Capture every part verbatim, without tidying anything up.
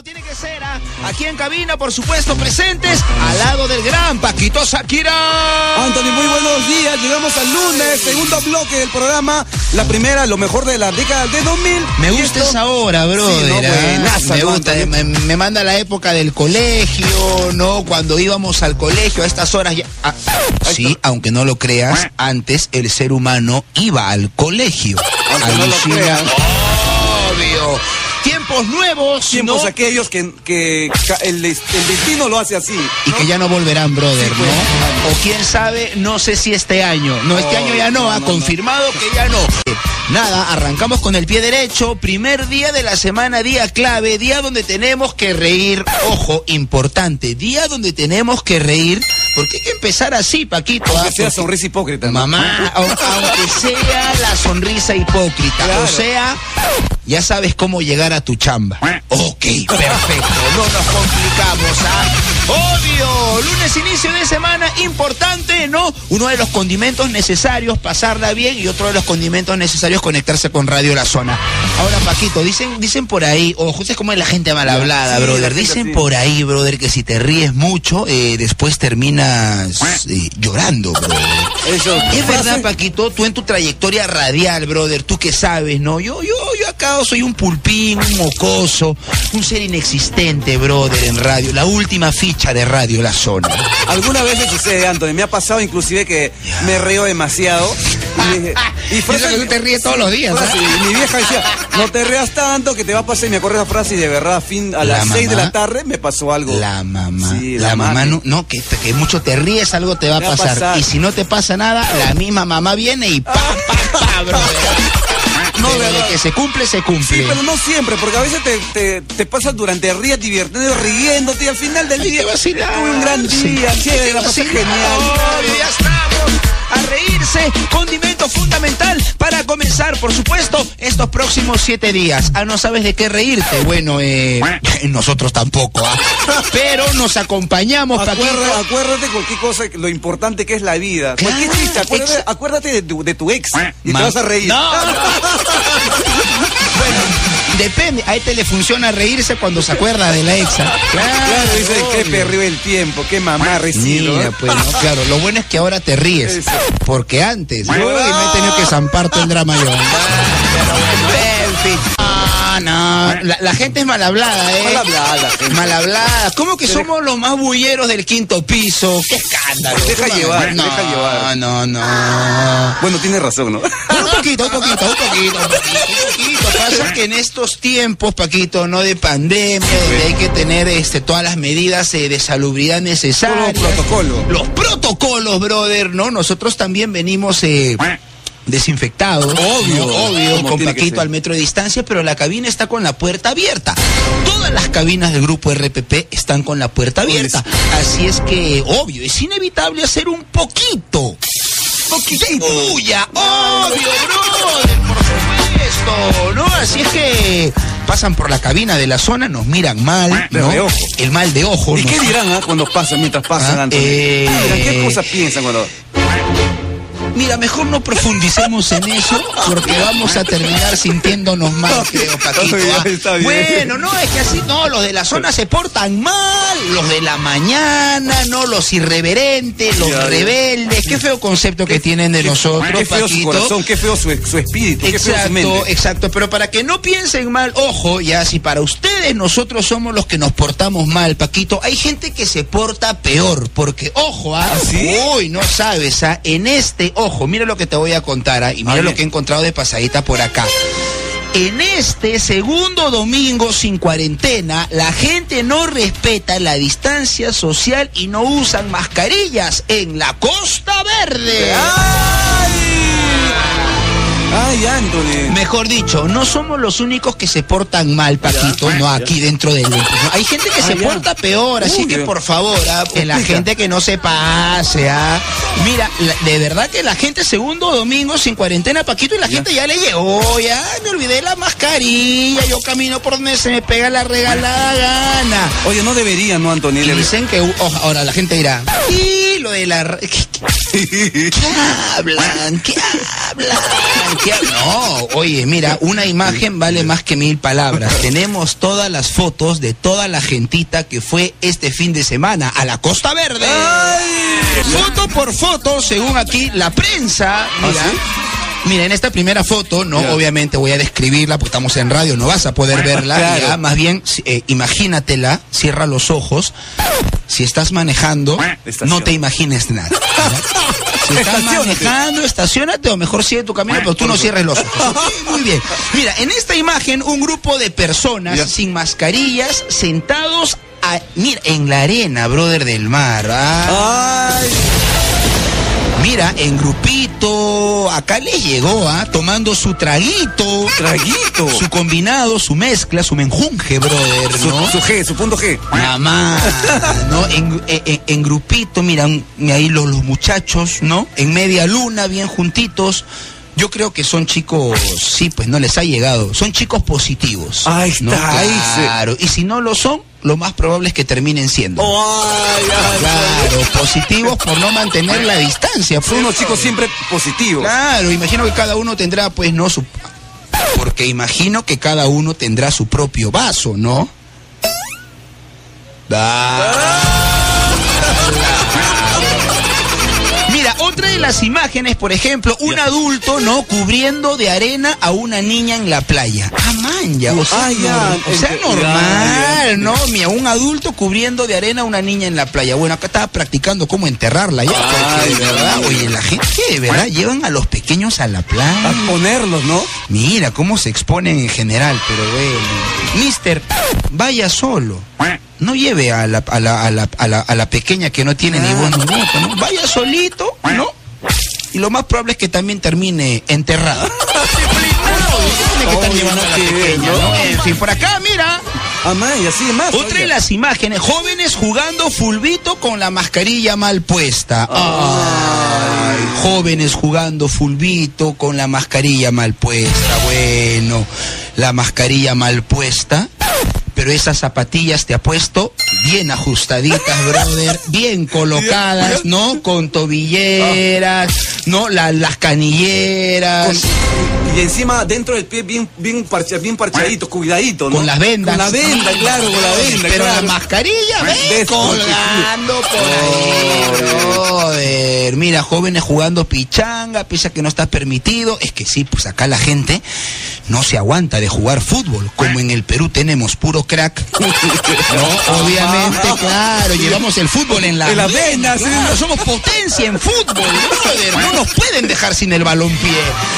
Tiene que ser ¿ah? Aquí en cabina, por supuesto, presentes al lado del gran Paquito Sakira. Anthony, muy buenos días. Llegamos al lunes, segundo bloque del programa. La primera, lo mejor de la década de dos mil. Me gusta esto... esa hora, brother. Sí, no, buenaza, me gusta, me, me manda la época del colegio, ¿no? Cuando íbamos al colegio a estas horas ya... Ah, sí, aunque no lo creas, antes el ser humano iba al colegio. Aunque no lo creas. Obvio. Tiempos nuevos, tiempos ¿no? aquellos que, que el, el destino lo hace así, ¿no? Y que ya no volverán, brother, sí, pues, ¿no? O quién sabe, no sé si este año. No, este oh, año ya no, no ha no, confirmado no. que ya no. Nada, arrancamos con el pie derecho. Primer día de la semana, día clave, día donde tenemos que reír. Ojo, importante, día donde tenemos que reír. Porque hay que empezar así, Paquito. Aunque ¿ah? sea Porque, sonrisa hipócrita, ¿no? Mamá, aunque sea la sonrisa hipócrita. Claro. O sea, ya sabes cómo llegar a tu chamba. Ok, perfecto. No nos complicamos, ¿ah? Obvio, lunes inicio de semana, importante, ¿no? Uno de los condimentos necesarios, pasarla bien, y otro de los condimentos necesarios, conectarse con Radio La Zona. Ahora, Paquito, dicen, dicen por ahí, ojo, es como es la gente mal hablada, sí, brother. Dicen sí. por ahí, brother, que si te ríes mucho, eh, después terminas eh, llorando, brother. Eso, es verdad, Paquito, tú en tu trayectoria radial, brother, tú que sabes, ¿no? Yo, yo, yo acá soy un pulpín, un mocoso, un ser inexistente, brother, en radio. La última ficha de Radio La Zona. Algunas veces sucede, Anthony, me ha pasado inclusive que yeah. me río demasiado. Y, y frase, que tú te ríes todos los días, frase, ¿eh? Y mi vieja decía, no te rías tanto que te va a pasar. Y me acuerdo esa frase y de verdad, a, fin, a las seis de la tarde me pasó algo. La mamá. Sí, la, la mamá, no, no que, que mucho te ríes, algo te va, a, pasar. a pasar. Y si no te pasa nada, la misma mamá viene y pa, pa, pa, bro. No, pero de que se cumple, se cumple. Sí, pero no siempre, porque a veces te, te, te pasas durante el día divirtiendo, riéndote, y al final del día tuve un gran día, sí, chévere, la pasé genial. Oh, ya estamos a reírse, condimento fundamental para comenzar, por supuesto, estos próximos siete días. Ah, ¿no sabes de qué reírte? Bueno, eh, nosotros tampoco, ¿ah? Pero nos acompañamos, Paquito. Acuérdate, acuérdate cualquier cosa, lo importante que es la vida. Claro, cualquier chiste, acuérdate, acuérdate de, tu, de tu ex y Ma te vas a reír. No, no. Bueno, depende, a este le funciona reírse cuando se acuerda de la ex. Claro, claro, dice, qué perdió el tiempo, qué mamá recibo. Mira, pues, no, claro, lo bueno es que ahora te ríes. Eso. Porque antes, uy, me he tenido que zampar todo el drama yo. Pero bueno, en fin. Ah, no, la, la gente es mal hablada, ¿eh? Mal hablada. Gente. Mal hablada. ¿Cómo que somos los más bulleros del quinto piso? ¡Qué escándalo! Deja llevar, no, deja llevar. No, no, no. Bueno, tienes razón, ¿no? Un poquito, un poquito, un poquito, un poquito, un poquito. Pasa que en estos tiempos, Paquito, no de pandemia, donde hay que tener este, todas las medidas eh, de salubridad necesarias. Los protocolos. Los protocolos, brother, ¿no? Nosotros también venimos... Eh, desinfectados, obvio, ¿no? Obvio, con Paquito al metro de distancia, pero la cabina está con la puerta abierta. Todas las cabinas del grupo R P P están con la puerta abierta. Así es que, obvio, es inevitable hacer un poquito, poquito de bulla, obvio, brother, por supuesto, ¿no? Así es que pasan por la cabina de La Zona, nos miran mal, ¿no? De ojo. El mal de ojo. ¿Y qué dirán ah, cuando pasan, mientras pasan, ¿Ah? Anthony? Eh... ¿Qué cosas piensan cuando...? Mira, mejor no profundicemos en eso porque vamos a terminar sintiéndonos mal, creo, Paquito. Está bien, está bien. Bueno, no, es que así, no, los de La Zona se portan mal, los de la mañana, no, los irreverentes, los ya, rebeldes. Qué feo concepto que tienen de qué, nosotros, qué feo Paquito. Su corazón, qué feo su, su espíritu, exacto, qué feo su mente. Exacto, pero para que no piensen mal, ojo, ya, si para ustedes nosotros somos los que nos portamos mal, Paquito, hay gente que se porta peor, porque, ojo, ¿ah? ¿Ah, sí? Uy, no sabes, ¿ah? En este, ojo, mira lo que te voy a contar, ¿ah? Y mira lo que he encontrado de pasadita por acá. En este segundo domingo sin cuarentena, la gente no respeta la distancia social y no usan mascarillas en la Costa Verde. ¡Ay! Ay, Anthony. Mejor dicho, no somos los únicos que se portan mal, Paquito, ya, no aquí ya. dentro del... No, hay gente que ah, se ya. porta peor, así Uy, que por favor, ¿ah? que la gente que no se pase, ¿ah? Mira, la, de verdad que la gente segundo domingo sin cuarentena, Paquito, y la ya. gente ya le llegó, ya me olvidé la mascarilla, yo camino por donde se me pega la regalada gana. Oye, no debería, ¿no, Anthony? Y dicen que, oh, ahora la gente dirá, y lo de la... ¿Qué, qué, qué hablan? ¿Qué hablan? ¿Qué hablan? No, oye, mira, una imagen vale más que mil palabras. Tenemos todas las fotos de toda la gentita que fue este fin de semana a la Costa Verde. ¡Ay! Foto por foto, según aquí la prensa. Mira. ¿Ah, sí? Mira, en esta primera foto, no, yeah. obviamente voy a describirla porque estamos en radio, no vas a poder verla. Claro. Ya, más bien, eh, imagínatela, cierra los ojos. Si estás manejando, Estación. no te imagines nada. ¿Ya? Si estás manejando, estacionate o mejor sigue tu camino, pero tú no cierres los ojos. ¿Okay? Muy bien. Mira, en esta imagen, un grupo de personas yeah. sin mascarillas, sentados a, mira, en la arena, brother, del mar. ¿Ah? Ay. Mira, en grupito, acá les llegó, ¿ah? Tomando su traguito. Traguito. Su combinado, su mezcla, su menjunje, brother, ¿no? Su, su G, su punto G. Mamá, ¿no? En, en, en grupito, miran, ahí los, los muchachos, ¿no? En media luna, bien juntitos. Yo creo que son chicos, sí, pues no les ha llegado. Son chicos positivos. Ahí está, ¿no? ahí Claro, y si no lo son, lo más probable es que terminen siendo. Oh, ay, ay, claro, ay. Positivos por no mantener la distancia. Son unos chicos siempre positivos. Claro, imagino que cada uno tendrá, pues, no su... Porque imagino que cada uno tendrá su propio vaso, ¿no? Ah. Mira, otra de las imágenes, por ejemplo, un adulto, ¿no? Cubriendo de arena a una niña en la playa. Ah, man, ya, o sea, ah, ya, o sea normal, ya, ¿no? Mira, un adulto cubriendo de arena a una niña en la playa. Bueno, acá estaba practicando cómo enterrarla ya, porque de verdad, oye, la gente, de verdad, llevan a los pequeños a la playa. A ponerlos, ¿no? Mira, cómo se exponen en general, pero bueno. Mister, vaya solo. No lleve a la, a la, a la, a la, a la pequeña que no tiene ah. ni voz ni voto, ¿no? Vaya solito, ¿no? Y lo más probable es que también termine enterrada. Tiene que estar llevando a la pequeña, ¿no? En fin, por acá, mira. Amá, y así más. Otra de las imágenes, jóvenes jugando fulbito con la mascarilla mal puesta. Ay, Ay, jóvenes jugando fulbito con la mascarilla mal puesta. Bueno, la mascarilla mal puesta. Pero esas zapatillas te apuesto bien ajustaditas, brother, bien colocadas, ¿no? Con tobilleras, ¿no? La, las canilleras. Con, y encima dentro del pie bien, bien, parcha, bien parchadito, cuidadito, ¿no? Con las vendas. Con la venda, sí, claro, con la venda. Pero claro. la mascarilla, ¿ves? Colgando por ahí, brother. Mira, jóvenes jugando pichanga, pisa que no está permitido. Es que sí, pues acá la gente no se aguanta de jugar fútbol, como en el Perú tenemos puro crack. No, obviamente, claro, llevamos el fútbol en la, en la vena, claro, sí. Somos potencia en fútbol, brother, no nos pueden dejar sin el balompié.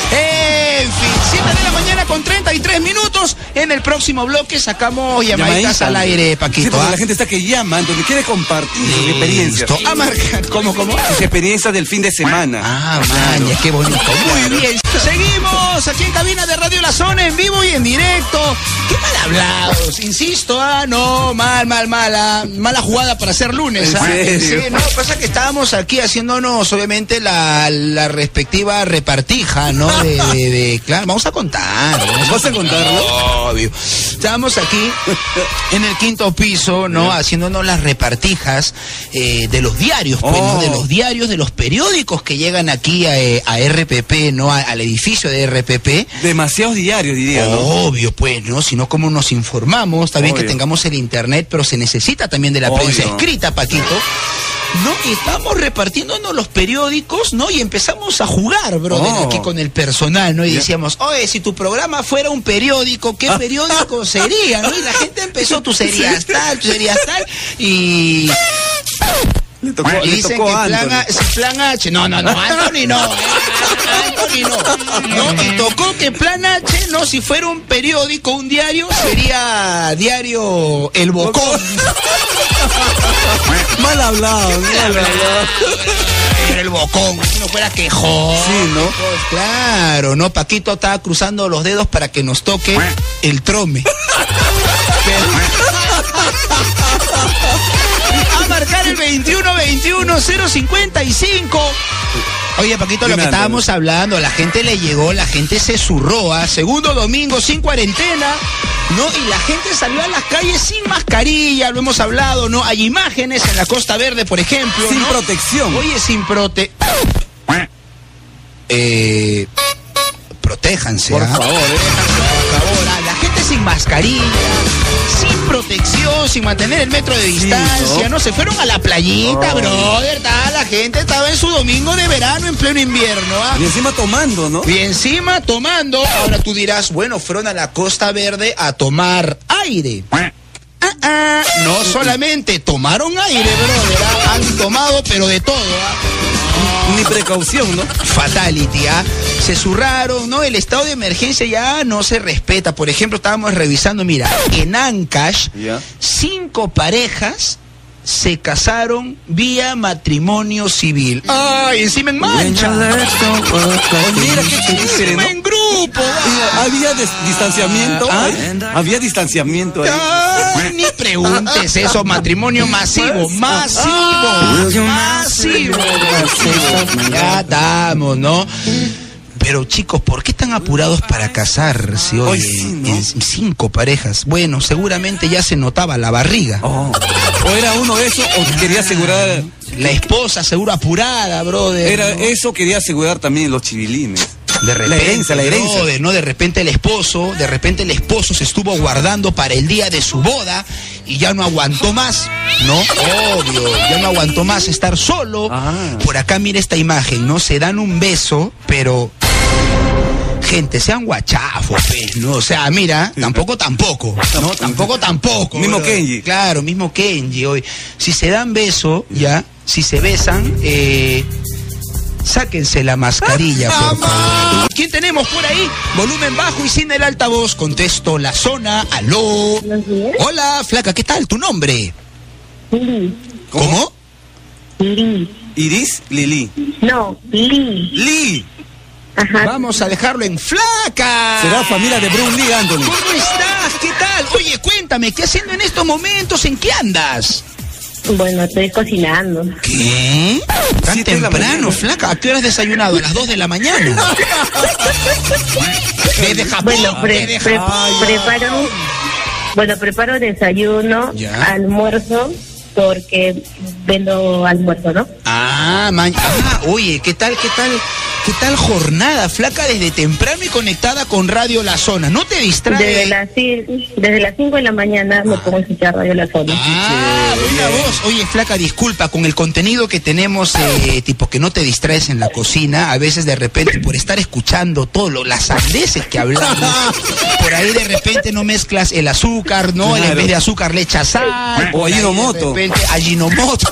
En fin, siete de la mañana con treinta y tres minutos. En el próximo bloque sacamos llamaditas al aire, Paquito. Sí, porque ¿ah? La gente está que llama, donde quiere compartir sus experiencias. Ah, marca, ¿cómo, cómo? Sus experiencias del fin de semana. Ah, maña, qué bonito. Muy bien. Seguimos aquí en cabina de Radio La Zona, en vivo y en directo. Qué mal hablados, insisto, ah, no, mal, mal, mala, mala jugada para hacer lunes, ah. ¿En serio? Sí, no, pasa que estábamos aquí haciéndonos, obviamente, la, la respectiva repartija, ¿no? De, de, de claro, vamos a contar. Vamos ¿Vas a, a contarlo? Obvio. Estábamos aquí en el quinto piso, ¿no? Yeah. Haciéndonos las repartijas eh, de los diarios, pues, oh. ¿no? De los diarios, de los periódicos que llegan aquí a, a R P P, ¿no? A, al edificio de R P P. Demasiados diarios, diría, ¿no? Obvio, pues, ¿no? Si no, ¿cómo nos informamos? Está bien Obvio. Que tengamos el internet, pero se necesita también de la Obvio. Prensa escrita, Paquito. No, y estamos repartiéndonos los periódicos, ¿no? Y empezamos a jugar, brother, oh. aquí con el personal, ¿no? Y yeah. decíamos, oye, si tu programa fuera un periódico, ¿qué ah. periódico sería, no? Y la gente empezó, tú serías ¿Sí? tal, tú serías tal, y... Le tocó, y le dicen tocó que plan, a, si plan H, no, no, no, Anthony no, eh, Anthony no, no, y tocó que plan H, no, si fuera un periódico, un diario, sería diario El Bocón. Mal hablado, mal hablado. El Bocón, si no fuera quejón. Sí, ¿no? Pues claro, ¿no? Paquito estaba cruzando los dedos para que nos toque el trome. A marcar el veintiuno veintiuno uno cero cinco cinco. Oye, Paquito, lo que estábamos hablando, la gente le llegó, la gente se zurró, ¿ah? Segundo domingo sin cuarentena, ¿no? Y la gente salió a las calles sin mascarilla, lo hemos hablado, ¿no? Hay imágenes en la Costa Verde, por ejemplo, sin ¿no? protección. Oye, sin prote... Eh... Protéjanse, por ¿ah? favor, eh. Por favor, ¿ah? La gente sin mascarilla, sin protección, sin mantener el metro de distancia, sí, ¿no? ¿no? Se fueron a la playita, oh. brother, ¿tá? La gente estaba en su domingo de verano en pleno invierno, ¿ah? Y encima tomando, ¿no? Y encima tomando. Ahora tú dirás, bueno, fueron a la Costa Verde a tomar aire. Ah, ah. No solamente tomaron aire, brother, ¿ah? Han tomado, pero de todo, ¿ah? Ni precaución, ¿no? Fatality, ¿ah? Se zurraron, ¿no? El estado de emergencia ya no se respeta. Por ejemplo, estábamos revisando, mira, en Ancash, yeah. cinco parejas se casaron vía matrimonio civil. ¡Ay, encima en mancha! Oh, mira qué chévere, ¿no? En grupo. ¿Ah? ¿Había distanciamiento? ¿Ah? ¿Había distanciamiento ahí? Ay, ni preguntes eso, matrimonio masivo, masivo, masivo. Ya estamos, ¿no? Pero chicos, ¿por qué están apurados para casarse hoy? Sí, ¿no? En cinco parejas. Bueno, seguramente ya se notaba la barriga. Oh. O era uno de esos, o quería asegurar... La esposa seguro apurada, brother. Era ¿no? eso, quería asegurar también los chivilines. De repente, la herencia, la herencia. Brother, ¿no? De repente el esposo, de repente el esposo se estuvo guardando para el día de su boda y ya no aguantó más, ¿no? Obvio, ya no aguantó más estar solo. Ah. Por acá mira esta imagen, ¿no? Se dan un beso, pero... Gente, sean guachafos, pues, ¿no? O sea, mira, tampoco, tampoco, ¿no? Tampoco, tampoco. Mismo bro. Kenji. Claro, mismo Kenji hoy. Si se dan beso, ya, si se besan, eh... sáquense la mascarilla, por favor. ¿Quién tenemos por ahí? Volumen bajo y sin el altavoz. Contesto la zona. Aló. Hola, flaca, ¿qué tal? ¿Tu nombre? Lili. ¿Cómo? Lili. ¿Iris? Lili. No, Lili. Li. Ajá. Vamos a dejarlo en flaca. Será familia de Bruce Lee, Anthony. ¿Cómo estás? ¿Qué tal? Oye, cuéntame, ¿qué haciendo en estos momentos? ¿En qué andas? Bueno, estoy cocinando. ¿Qué? ¿Tan Siete de la temprano, mañana. flaca? ¿A qué hora has desayunado? A las dos de la mañana. Desde Japón. Bueno, pre- desde pre- Japón. preparo, bueno, preparo desayuno, Ya. almuerzo, porque vendo almuerzo, ¿no? Ah, man... ah, oye, ¿qué tal, qué tal, qué tal jornada, flaca, desde temprano y conectada con Radio La Zona? ¿No te distrae? Desde las ci- desde las cinco de la mañana me pongo a escuchar Radio La Zona. Ah, buena voz. Oye, flaca, disculpa, con el contenido que tenemos, eh, tipo que no te distraes en la cocina, a veces de repente por estar escuchando todo lo, las sandeces que hablamos, por ahí de repente no mezclas el azúcar, ¿no? Claro. En vez de azúcar le echas sal. O por ahí Ajinomoto. De repente, Ajinomoto.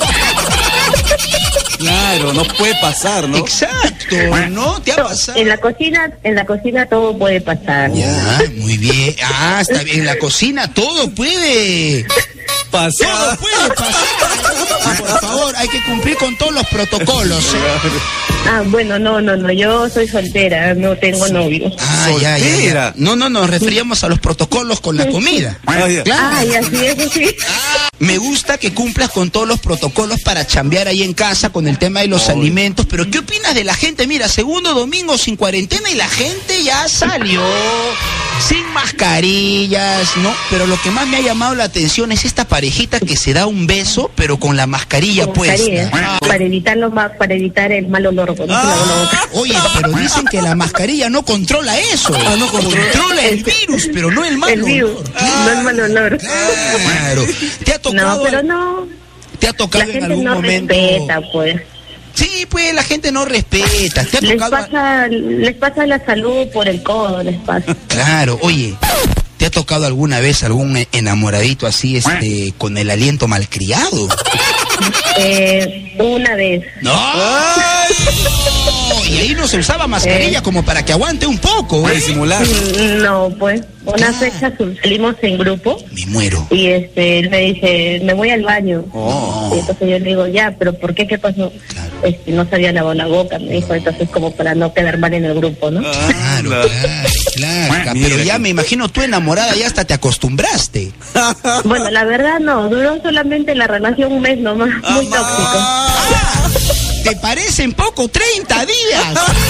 Claro, no puede pasar, ¿no? Exacto, ¿no? ¿Te ha pasado? En la cocina, en la cocina todo puede pasar. Ya, muy bien. Ah, está bien. En la cocina todo puede. Pasar. Todo puede pasar. Por favor, hay que cumplir con todos los protocolos. ¿eh? Ah, bueno, no, no, no, yo soy soltera, no tengo novio. Ah, ya, ya, ya. Soltera. No, no, nos referíamos a los protocolos con la comida. Ah, ya. Claro. Ah, y así es, sí. Me gusta que cumplas con todos los protocolos para chambear ahí en casa con el tema de los Ay. alimentos, pero ¿qué opinas de la gente? Mira, segundo domingo sin cuarentena y la gente ya salió sin mascarillas, ¿no? Pero lo que más me ha llamado la atención es esta parejita que se da un beso, pero con la mascarilla Con puesta. mascarilla, Ah. para evitarlo más, para evitar el mal olor cuando se lava la boca. Oye, pero dicen que la mascarilla no controla eso. Ah, no controla. Controla el virus, pero no el mal El virus, olor. no el mal olor. Claro. ¿Te ha tocado, No, pero no. ¿te ha La tocado en gente algún no momento? respeta, pues. Sí, pues la gente no respeta. ¿Te ha Les tocado? pasa, les pasa la salud por el codo, les pasa. Claro, oye, ¿te ha tocado alguna vez algún enamoradito así, este, con el aliento malcriado? Eh, una vez. No. ¡Ay! Y ahí no se usaba mascarilla eh. como para que aguante un poco. Para disimular. No, pues, una ah. fecha salimos en grupo. Me muero. Y este, él me dice, me voy al baño. Oh. Y entonces yo le digo, ya, pero ¿por qué? ¿Qué pasó? Claro. Este, no sabía lavar la boca, me dijo, entonces como para no quedar mal en el grupo, ¿no? Claro, claro, claro. Pero ya me imagino tú enamorada ya hasta te acostumbraste. Bueno, la verdad no, duró solamente la relación un mes nomás, muy tóxico. Ah, ¿te parecen poco? treinta días.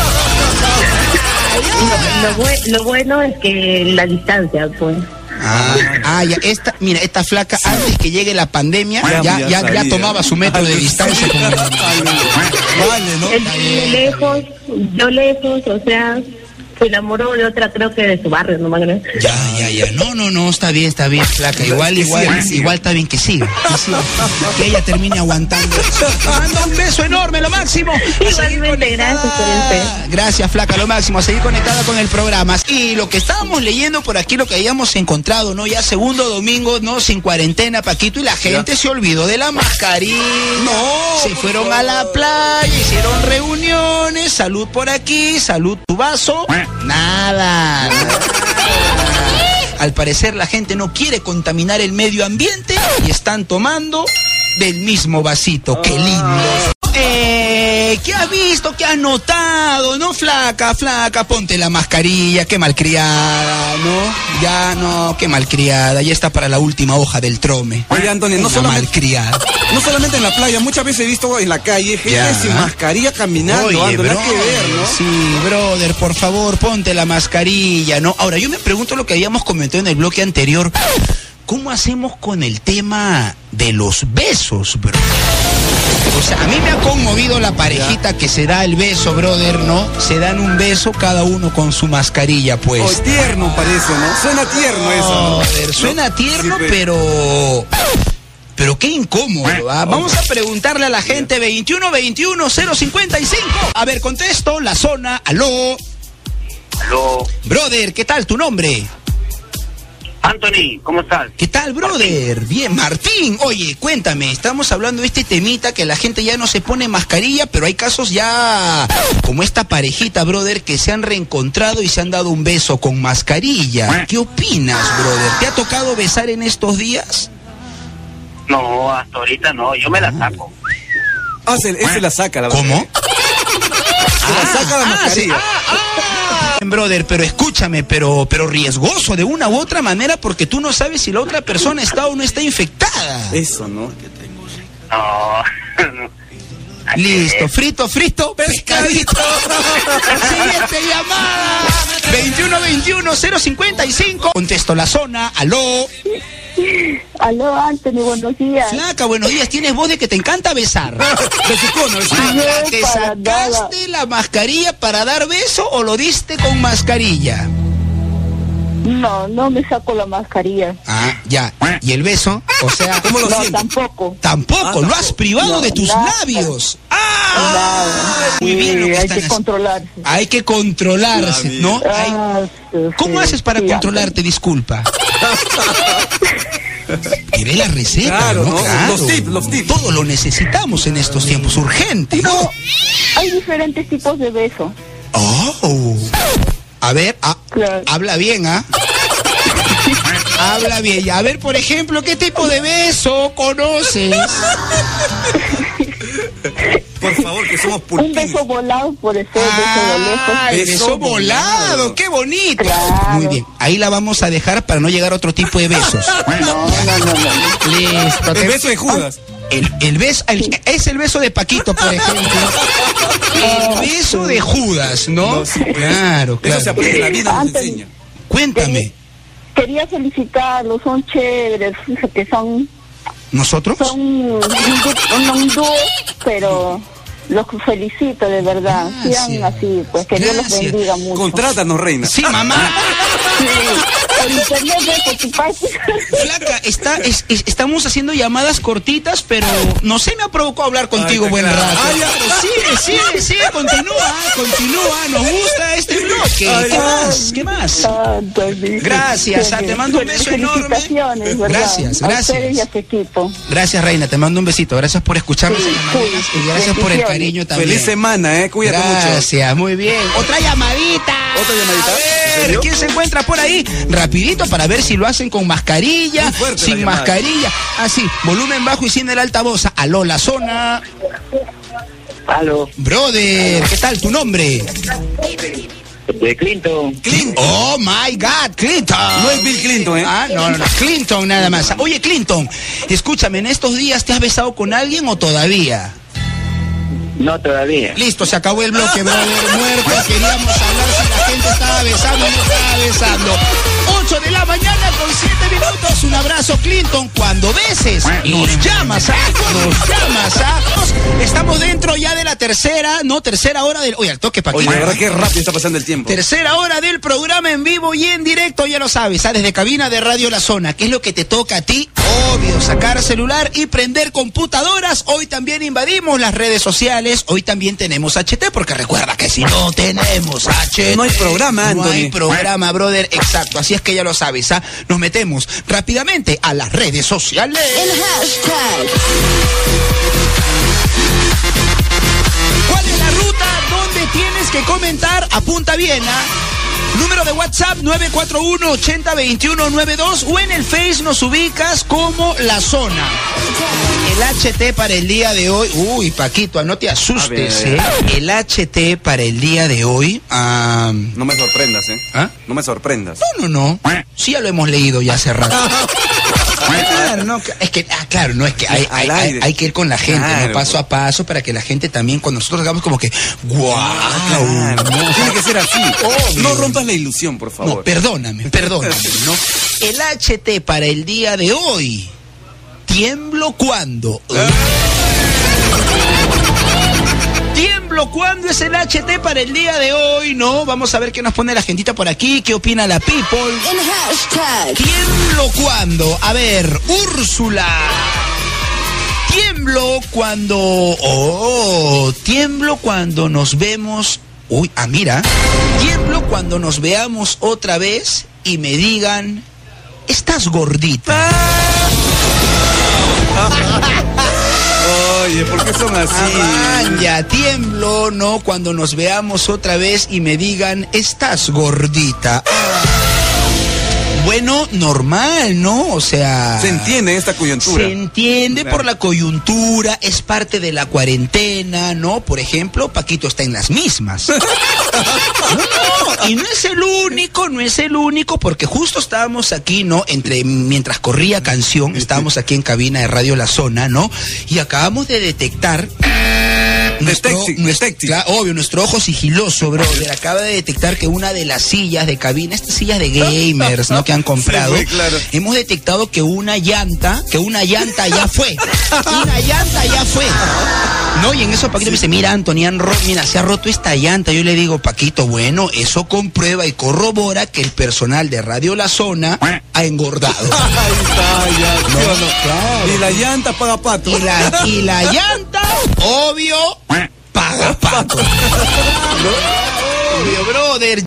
Lo, lo, bu- lo bueno es que la distancia, pues. Ah, ah, ya, esta, mira, esta flaca, sí. Antes que llegue la pandemia, ya, ya, ya, ya, ya tomaba su metro de distancia. Con... Vale, ¿no? Él vive lejos, yo lejos, o sea, se enamoró de otra, creo que de su barrio, no me acuerdo. Ya, ya, ya, no, no, no, está bien, está bien, flaca, igual, igual, sí, igual está bien que siga, que, siga, que ella termine aguantando. Te mando un beso enorme, lo máximo. Igualmente, gracias por el Gracias, flaca, lo máximo, a seguir conectada con el programa. Y lo que estábamos leyendo por aquí, lo que habíamos encontrado, ¿no? Ya segundo domingo, ¿no? Sin cuarentena, Paquito, y la gente ya se olvidó de la mascarilla. No. Se fueron a la playa, hicieron reuniones, salud por aquí, salud tu vaso. Nada, nada. Al parecer la gente no quiere contaminar el medio ambiente y están tomando del mismo vasito. ¡Qué lindo! Eh, ¿qué has visto? ¿Qué has notado? No, flaca, flaca, ponte la mascarilla, qué malcriada, ¿no? Ya no, qué malcriada, ya está para la última hoja del trome. Oye, Antonio, no solamente malcriada. No solamente en la playa, muchas veces he visto en la calle gente ya. sin mascarilla caminando. Oye, Ando, bro, nada que ver, ¿no? Sí, brother, por favor, ponte la mascarilla, ¿no? Ahora, yo me pregunto lo que habíamos comentado en el bloque anterior. ¿Cómo hacemos con el tema de los besos, bro? O sea, a mí me ha conmovido la parejita ya. que se da el beso, brother, ¿no? Se dan un beso cada uno con su mascarilla, pues. Oh, tierno parece, ¿no? Suena tierno eso, ¿no? Brother, suena tierno, sí, pero... Pero qué incómodo, ¿ah? Vamos a preguntarle a la gente veintiuno veintiuno cero cincuenta y cinco. A ver, contesto, la zona, aló. Aló. Brother, ¿qué tal tu nombre? Anthony, ¿cómo estás? ¿Qué tal, brother? Martín. Bien, Martín. Oye, cuéntame, estamos hablando de este temita que la gente ya no se pone mascarilla, pero hay casos ya como esta parejita, brother, que se han reencontrado y se han dado un beso con mascarilla. ¿Qué opinas, brother? ¿Te ha tocado besar en estos días? No, hasta ahorita no, yo me la saco. Ah, se, ese la saca, la verdad. ¿Cómo? Se la saca la ah, mascarilla. Sí. Ah, ah. Brother, pero escúchame, pero, pero riesgoso de una u otra manera porque tú no sabes si la otra persona está o no está infectada. Eso, ¿no? No. Listo, frito, frito, pescadito. Siguiente llamada. veintiuno veintiuno cero cincuenta y cinco. Contesto la zona, aló. Aló, Anthony, buenos días. Flaca, buenos días. Tienes voz de que te encanta besar. Besucono, ah, ¿Te sacaste la mascarilla para dar beso o lo diste con mascarilla? No, no me saco la mascarilla. Ah, ya. ¿Y el beso? O sea, ¿cómo lo no, sientes? tampoco. ¿Tampoco? Ah, ¿Lo has privado no, de tus nada. labios? ¡Ah! Nada. Muy bien lo que sí, están hay que controlarse. Hay que controlarse, ¿no? Ah, sí, ¿Cómo sí, haces para sí, controlarte? Disculpa. Que ve la receta, claro, ¿no? ¿no? Claro. Los tips, los tips. Todo lo necesitamos en estos tiempos, urgente. No, hay diferentes tipos de beso. Oh. A ver, ah, Claro. habla bien, ¿ah? Habla bien. A ver, por ejemplo, ¿qué tipo de beso conoces? Por favor, que somos Un pulpines. beso volado por el beso de lejos. ¡Ay, beso volado! ¡Qué bonito! Claro. Muy bien, ahí la vamos a dejar para no llegar a otro tipo de besos. No, no, no, no. Listo. El beso de Judas. El, el beso, el, es el beso de Paquito, por ejemplo. El beso de Judas, ¿no? No, sí, pues. Claro, claro. Eso se aprende, la vida nos Antes- enseña. Cuéntame, Quería felicitarlos, son chéveres, que son, ¿nosotros? son un, du- un dúo, pero los felicito de verdad. Gracias. Sigan así, pues que Dios los Gracias. bendiga mucho. Contrátanos, reina. Sí, mamá. Sí. Por internet, por tu página. Flaca, está, es, es, estamos haciendo llamadas cortitas, pero no sé, me ha provocado hablar contigo Ay, buen claro. rato. Ay, ya. Pero sigue, sigue, sigue, continúa, continúa, nos gusta este bloque. Ay, ¿Qué ay. más? ¿Qué más? Ah, Tony. Gracias, ah, te mando un beso enorme. Felicitaciones, ¿verdad? Gracias, A gracias. ustedes y a tu equipo. Gracias, Reina, te mando un besito. Gracias por escucharnos Sí, en las mañanas sí. y gracias por el Bendiciones. cariño también. Feliz semana, eh. Cuídate mucho. Gracias, muy bien. Otra llamadita. ¿Otra llamadita? A ¿En ver, serio? ¿quién se encuentra por ahí? Rapidito para ver si lo hacen con mascarilla, Muy fuerte la sin llamada. mascarilla. Así, volumen bajo y sin el altavoz. Aló, la zona. Aló, Brother, ¿qué tal tu nombre? de Clinton. Clinton. Oh my God, Clinton. No es Bill Clinton, ¿eh? Ah, no, no, no. Clinton nada más. Oye, Clinton, escúchame, ¿en estos días te has besado con alguien o todavía? No, todavía. Listo, se acabó el bloque, brother. Muerto, queríamos hablar si la gente estaba besando o no estaba besando. ocho de la mañana con siete minutos. Un abrazo, Clinton. Cuando beses, nos llamas, ¿ah? Nos llamas, ¿ah? Estamos dentro ya de la tercera, no, tercera hora del... Oye, al toque, Paquito. Oye, de verdad que rápido está pasando el tiempo. Tercera hora del programa en vivo y en directo, ya lo sabes, ¿ah? Desde cabina de Radio La Zona. ¿Qué es lo que te toca a ti? Obvio, sacar celular y prender computadoras. Hoy también invadimos las redes sociales. Hoy también tenemos H T, porque recuerda que si no tenemos H T... No hay programa, No Anthony. hay programa, brother, exacto. Así es que ya lo sabes, ¿ah? Nos metemos rápidamente a las redes sociales. El hashtag. ¿Cuál es la ruta donde tienes que comentar? Apunta bien, ¿ah? Número de WhatsApp nueve cuatro uno, ochenta, veintiuno, noventa y dos o en el Face nos ubicas como La Zona. El H T para el día de hoy, uy, Paquito, no te asustes, A ver, a ver. ¿eh? El H T para el día de hoy, ah, No me sorprendas, ¿eh? ¿Ah? No me sorprendas. no, no, no, sí ya lo hemos leído ya hace rato. Claro, no, es que, ah, claro, no, es que hay, hay, Al hay, aire. hay que ir con la gente, Claro, ¿no? Paso pues. a paso, para que la gente también, cuando nosotros hagamos como que, guau, Claro, no, tiene que ser así. Obvio. No rompas la ilusión, por no, favor. perdóname, perdóname, ¿no? El H T para el día de hoy, tiemblo cuando. Tiemblo cuando es el H T para el día de hoy, ¿no? Vamos a ver qué nos pone la gentita por aquí, qué opina la people. El hashtag. Tiemblo cuando, a ver, Úrsula. Tiemblo cuando, oh, tiemblo cuando nos vemos, uy, ah, mira, tiemblo cuando nos veamos otra vez y me digan, estás gordita. Oye, ¿por qué son así? Ah, ya, tiemblo, ¿no? Cuando nos veamos otra vez y me digan, estás gordita. Bueno, normal, ¿no? O sea... Se entiende esta coyuntura. Se entiende Claro. por la coyuntura, es parte de la cuarentena, ¿no? Por ejemplo, Paquito está en las mismas. No, no, y no es el único, no es el único, porque justo estábamos aquí, ¿no? Entre, mientras corría canción, estábamos aquí en cabina de Radio La Zona, ¿no? Y acabamos de detectar... Nuestro, Detective, nuestro- detective. cla- obvio, nuestro ojo sigiloso, brother, acaba de detectar que una de las sillas de cabina, estas sillas de gamers, ¿no? Que han comprado, Sí, sí, claro. hemos detectado que una llanta, que una llanta ya fue. Una llanta ya fue. No, y en eso Paquito me dice, mira, Anthony, han ro- mira, se ha roto esta llanta. Yo le digo, Paquito, bueno, eso comprueba y corrobora que el personal de Radio La Zona ha engordado. Ahí está, ya. ¿sí No, o no? claro. Y la llanta paga pato. Y la, y la llanta, obvio, paga pato. Obvio, brother.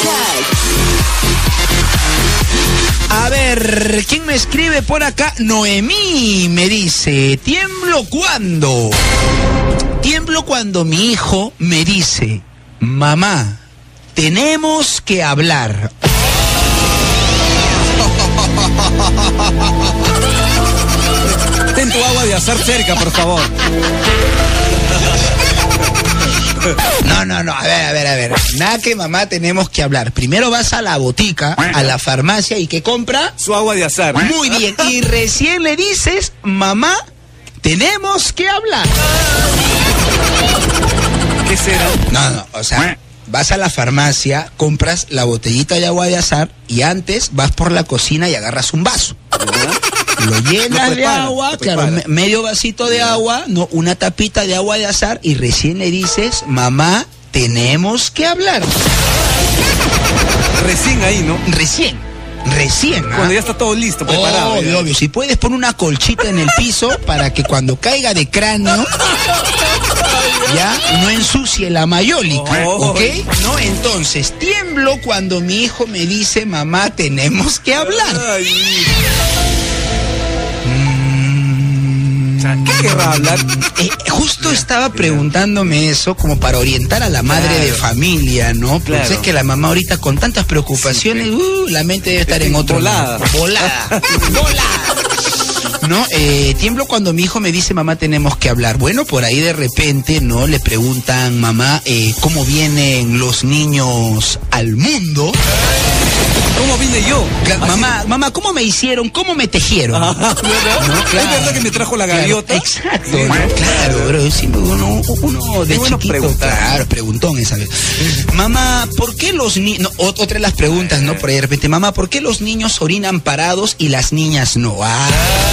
A ver, ¿quién me escribe por acá? Noemí me dice, tiemblo cuando. Tiemblo cuando mi hijo me dice, mamá, tenemos que hablar. Ten tu agua de azar cerca, por favor. No, no, no, a ver, a ver, a ver. Nada que mamá tenemos que hablar. Primero vas a la botica, a la farmacia y ¿qué compra? Su agua de azar. Muy bien. Y recién le dices, mamá, tenemos que hablar. ¿Qué será? No, no, o sea, vas a la farmacia, compras la botellita de agua de azar y antes vas por la cocina y agarras un vaso. Lo llenas Lo de prepara, agua, lo claro, prepara. me- medio vasito de agua, no, una tapita de agua de azar y recién le dices, mamá, tenemos que hablar. Recién ahí, ¿no? Recién, recién. ¿Ah? Cuando ya está todo listo, preparado. Obvio, obvio. Si puedes, pon una colchita en el piso para que cuando caiga de cráneo, ya no ensucie la mayólica, oh, ¿ok? No, entonces, tiemblo cuando mi hijo me dice, mamá, tenemos que hablar. Ay. ¿Qué querrá hablar? Eh, justo estaba preguntándome eso como para orientar a la madre claro. de familia, ¿no? Porque claro. es que la mamá ahorita con tantas preocupaciones, sí, uh, la mente debe estar en otro volada. lado. Volada. Volada. ¿No? Eh, tiemblo cuando mi hijo me dice, mamá, tenemos que hablar. Bueno, por ahí de repente, ¿no? Le preguntan, mamá, eh, ¿cómo vienen los niños al mundo? ¿Cómo vine yo? Claro, mamá, mamá, ¿cómo me hicieron? ¿Cómo me tejieron? Ah, ¿no? ¿No? Claro. ¿Es verdad que me trajo la gaviota? Claro, exacto, sí, ¿no? Claro, bro. Sí, uno, uno de bueno chiquito, preguntar. claro, preguntón esa vez. Mamá, ¿por qué los niños... No, otra de las preguntas, ¿no? Por ahí de repente, mamá, ¿por qué los niños orinan parados y las niñas no? Ah.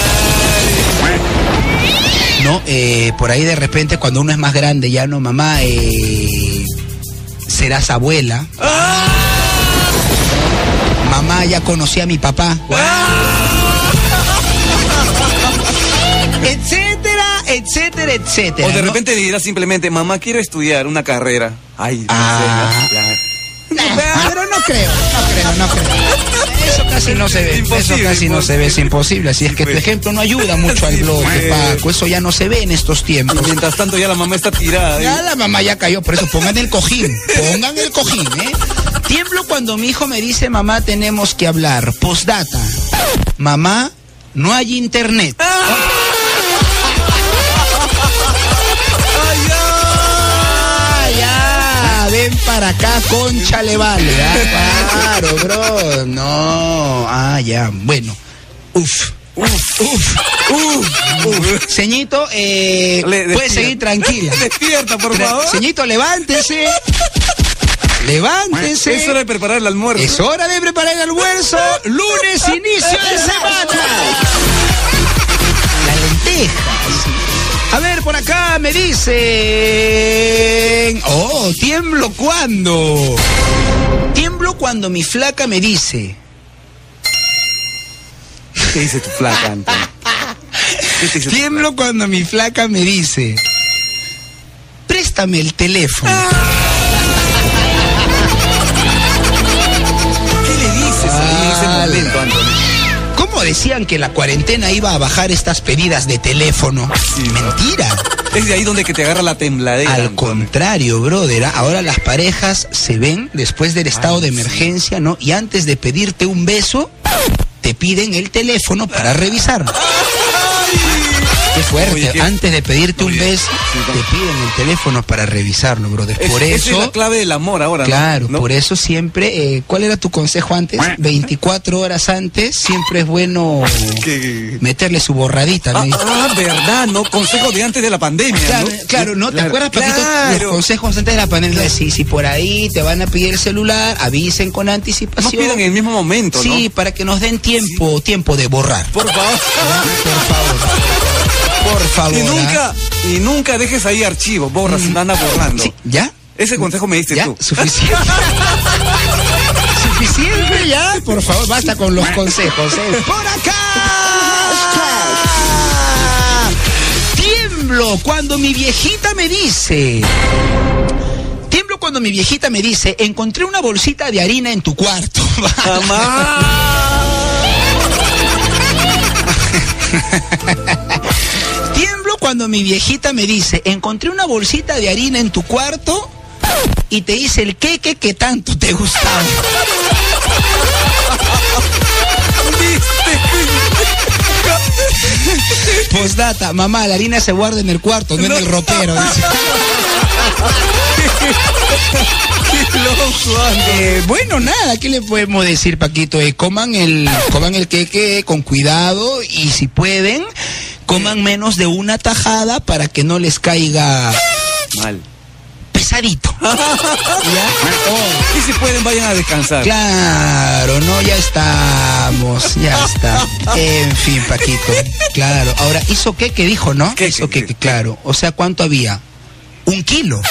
No, eh, por ahí de repente cuando uno es más grande ya no, mamá, eh, serás abuela. ¡Ah! Mamá, ya conocí a mi papá. ¡Ah! Etcétera, etcétera, etcétera. O de ¿no? repente dirás simplemente, mamá, quiero estudiar una carrera. Ay, ah. no sé, claro. No, pero no creo, no creo, no creo. Eso casi no se ve, imposible, eso casi imposible. no se ve, es imposible. Así es que tu ejemplo no ayuda mucho al bloque, Paco. Eso ya no se ve en estos tiempos. Y mientras tanto ya la mamá está tirada. Ya ¿eh? La mamá ya cayó, por eso pongan el cojín, pongan el cojín, ¿eh? Tiemblo cuando mi hijo me dice, mamá, tenemos que hablar. Postdata, mamá, no hay internet. ¡Ah! Ven para acá, concha le vale. Ah, claro, bro. No. Ah, ya. Bueno. Uf. Uf, uf, uf, uf. Ceñito, eh, puede seguir tranquila. Despierta, por favor. Ceñito, levántese. Levántese. Es hora de preparar el almuerzo. Es hora de preparar el almuerzo. Lunes, inicio de semana. La lenteja. A ver, por acá me dicen... Oh, tiemblo cuando... Tiemblo cuando mi flaca me dice... ¿Qué dice tu flaca, Anton? Tiemblo cuando mi flaca me dice... Préstame el teléfono. ¿Qué le dices ahí en ese momento, Anton? ¿Cómo decían que la cuarentena iba a bajar estas pedidas de teléfono? Sí, mentira. Es de ahí donde que te agarra la tembladera. Al Antonio. contrario, brother. Ahora las parejas se ven después del estado Ay, de emergencia, sí. ¿no? Y antes de pedirte un beso, te piden el teléfono para revisar. Qué fuerte. Oye, ¿qué? Antes de pedirte Oye, un beso, sí, te piden el teléfono para revisarlo, brother. Por es, eso. Esa es la clave del amor ahora, claro, ¿no? por eso siempre. Eh, ¿Cuál era tu consejo antes? veinticuatro horas antes, siempre es bueno ¿Qué? meterle su borradita, ¿no? Ah, ah, verdad, ¿no? Consejo de antes de la pandemia. Claro, ¿no? claro, ¿no? ¿Te claro, acuerdas, Paquito? Claro. Los consejos antes de la pandemia. Si, si por ahí te van a pedir el celular, avisen con anticipación. No pidan en el mismo momento, sí, ¿no? Sí, para que nos den tiempo, sí. tiempo de borrar. Por favor. Por favor. Por favor. Y nunca, y nunca dejes ahí archivos, borras, mm. anda borrando. Sí, ¿ya? Ese consejo me diste ¿Ya? tú. Suficiente. Suficiente ya. Por favor, basta con los consejos. ¿eh? Por acá. Tiemblo cuando mi viejita me dice. Tiemblo cuando mi viejita me dice, encontré una bolsita de harina en tu cuarto. ¡Mamá! Tiemblo cuando mi viejita me dice, encontré una bolsita de harina en tu cuarto y te hice el queque que tanto te gustaba. Postdata, mamá, la harina se guarda en el cuarto, no, no. en el ropero. eh, bueno, nada, ¿qué le podemos decir, Paquito? Eh, coman el, coman el queque con cuidado y si pueden, coman menos de una tajada para que no les caiga mal. Pesadito. ¿Ya? Oh. Y si pueden, vayan a descansar. Claro, no, ya estamos, ya está. En fin, Paquito. Claro. Ahora, ¿hizo qué? ¿Qué dijo, no? ¿Qué, hizo qué, qué, qué, claro. O sea, ¿cuánto había? Un kilo.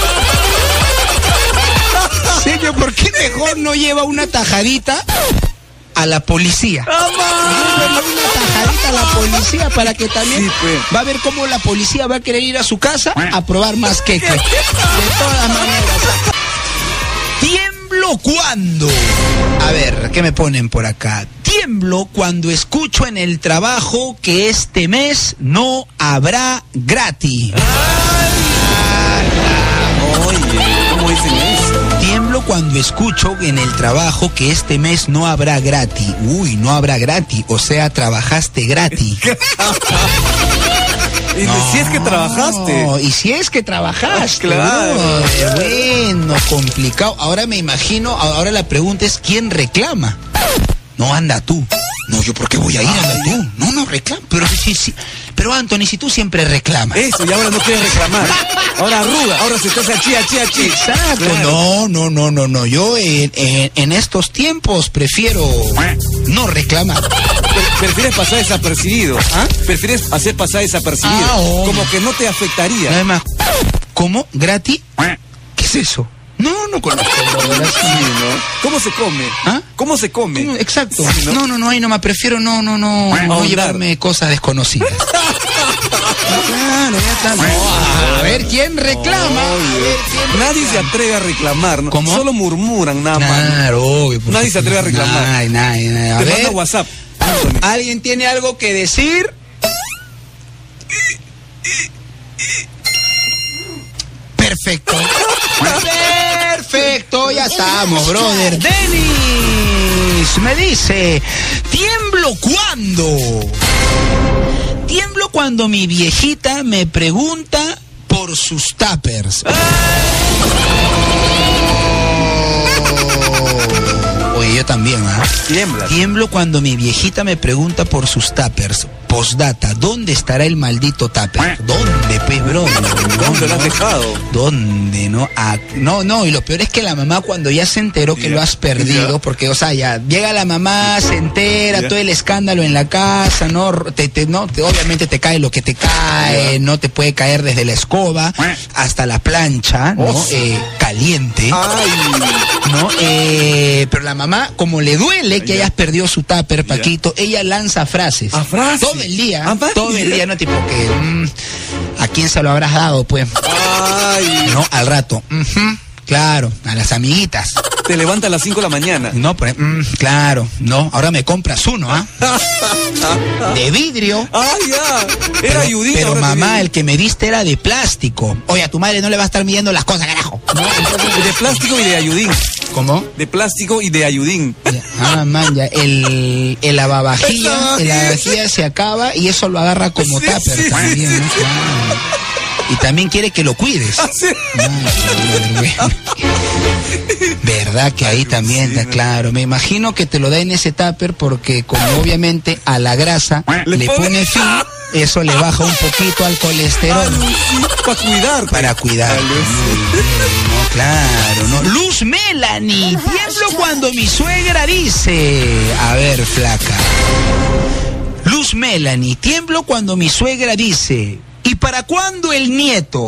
Señor, ¿por qué mejor no lleva una tajadita a la policía. ¡Ah, Una tajadita a la policía para que también sí, pues. va a ver cómo la policía va a querer ir a su casa a probar más queque. De todas maneras. Tiemblo cuando. A ver, ¿qué me ponen por acá? Tiemblo cuando escucho en el trabajo que este mes no habrá gratis. Oye, ¿cómo dicen eso? Tiemblo cuando escucho en el trabajo que este mes no habrá gratis. Uy, no habrá gratis, o sea, trabajaste gratis. Y no, si es que trabajaste. Y si es que trabajaste. Ah, claro, no, claro. Bueno, complicado. Ahora me imagino, ahora la pregunta es ¿quién reclama? No, anda tú. No, yo por qué voy a ir, anda tú. No, no reclamo. Pero sí, sí. Pero Anthony, si tú siempre reclamas. Eso, y ahora no quieres reclamar. Ahora arruga, ahora se te hace achí, achí, achí. Exacto. Claro. No, no, no, no, no. Yo en, en, en estos tiempos prefiero no reclamar. ¿Prefieres pasar desapercibido? ¿Ah? ¿Prefieres hacer pasar desapercibido? Ah, oh. Como que no te afectaría. Además, ¿cómo? ¿Gratis? ¿Qué es eso? No, no conozco. Sí, ¿no? ¿Cómo se come? ¿Ah? ¿Cómo se come? ¿Cómo? Exacto. Sí, ¿no? no, no, no, ahí no me prefiero no, no, no, no, no llevarme cosas desconocidas. Claro, ya está. No, a ver quién reclama. A ver, ¿quién Nadie reclama? se atreve a reclamar, ¿no? ¿Cómo? Solo murmuran nada más. Claro, obvio. Nadie se atreve a reclamar. Ay, nadie, nadie. A Te ver, manda WhatsApp. Anthony. ¿alguien tiene algo que decir? Perfecto. Perfecto, ya estamos, brother. Denis me dice, ¿tiemblo cuándo? Tiemblo cuando mi viejita me pregunta por sus tuppers. Oye, yo también, ¿ah? ¿eh? Tiembla. Tiemblo cuando mi viejita me pregunta por sus tuppers. Postdata, ¿dónde estará el maldito tupper? ¿Dónde, pez, bro? ¿Dónde lo has dejado? ¿Dónde, no? Ah, no, no, y lo peor es que la mamá cuando ya se enteró que Ya, lo has perdido, ya. porque, o sea, ya llega la mamá, se entera, Ya. todo el escándalo en la casa, ¿no? Te, te, no te, obviamente te cae lo que te cae, Ya. no te puede caer desde la escoba hasta la plancha, ¿no? Oh. Eh, caliente. Ay. ¿No? Eh, pero la mamá, como le duele que Ya. hayas perdido su tupper, Paquito, ella lanza frases. ¿A frases? Todo el día, ¿Ah, va? todo el día, ¿no? Tipo que, mm, ¿a quién se lo habrás dado, pues? Ay. No, al rato. Ujú, claro, a las amiguitas. Te levanta a las cinco de la mañana. No, pues, mm, claro, no, ahora me compras uno, ¿ah? De vidrio. Ah, ya. Pero, Era ayudín. pero ahora te mamá, digo. el que me diste era de plástico. Oye, a tu madre no le va a estar midiendo las cosas, carajo. No, entonces, de plástico y de ayudín. ¿Cómo? De plástico y de ayudín. Ah, man, ya, el, el lavavajilla, El el lavavajillas. lavavajilla se acaba y eso lo agarra como Sí, tupper sí, también, sí, ¿no? sí. Claro. Y también quiere que lo cuides. Ah, sí. No, bueno. Verdad que ahí también, Sí, está no. claro. Me imagino que te lo da en ese tupper porque como obviamente a la grasa Le le, pone- pone fin, eso le baja un poquito al colesterol. Para cuidar. Para cuidar. Ah, Lucy. No, claro, no. Luz Melanie, tiemblo cuando mi suegra dice. A ver, flaca. Luz Melanie, tiemblo cuando mi suegra dice. ¿Y para cuándo el nieto?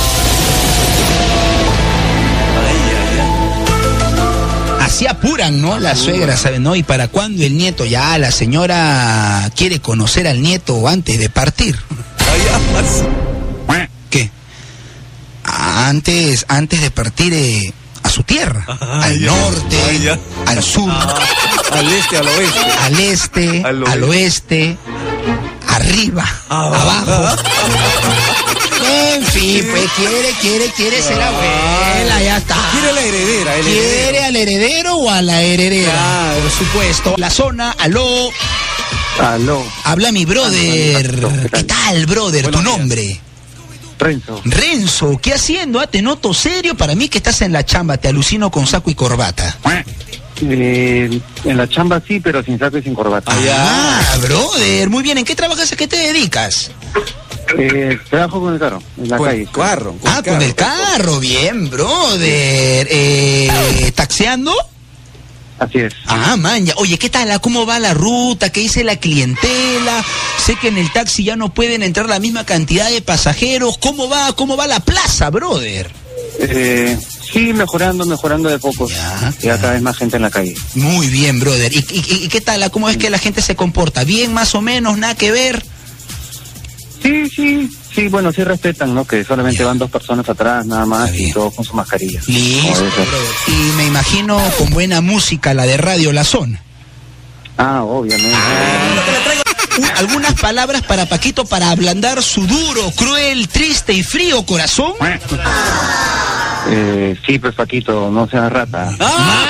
Así apuran, ¿no? Las suegras, ¿saben? ¿No? ¿Y para cuándo el nieto? Ya, la señora quiere conocer al nieto antes de partir. Ay, ah, ¿Qué? Antes, antes de partir eh, a su tierra. Ah, al ya. norte, Ah, ya. al sur, ah, al este, al oeste. al este, Al al oeste. oeste, arriba, Ah, abajo. En fin, pues quiere, quiere, quiere ser abuela, ya está. Quiere la heredera, el ¿Quiere heredero. al heredero o a la heredera? Claro. Por supuesto. La zona, aló, Aló, habla mi brother. Aló, ¿qué tal? ¿Qué tal, brother? Buenos ¿Tu días. nombre? Renzo. Renzo, ¿qué haciendo? Ah, te noto serio. Para mí que estás en la chamba, te alucino con saco y corbata. Eh, en la chamba sí, pero sin saco y sin corbata. Ah, ya. Ah, brother, muy bien. ¿En qué trabajas? ¿A qué te dedicas? Eh, trabajo con el carro, en la Con calle. el carro. Ah, con el carro. Bien, brother. Eh, ¿Taxeando? Así es. Ah, man, ya. Oye, ¿qué tal? ¿Cómo va la ruta? ¿Qué dice la clientela? Sé que en el taxi ya no pueden entrar la misma cantidad de pasajeros. ¿Cómo va? ¿Cómo va la plaza, brother? Eh, Sí, mejorando, mejorando de poco. Ya, ya cada vez más gente en la calle. Muy bien, brother. ¿Y, y, y qué tal? ¿Cómo es que la gente se comporta? ¿Bien, más o menos? ¿Nada que ver? Sí, sí, sí, bueno, sí respetan, ¿no? Que solamente yeah. van dos personas atrás, nada más, y todos con su mascarilla. Listo, y me imagino con buena música, la de Radio La Zona. Ah, obviamente. Ah. ¿Algunas palabras para Paquito para ablandar su duro, cruel, triste y frío corazón? Eh, sí, pues Paquito, no seas rata. ¡Ah!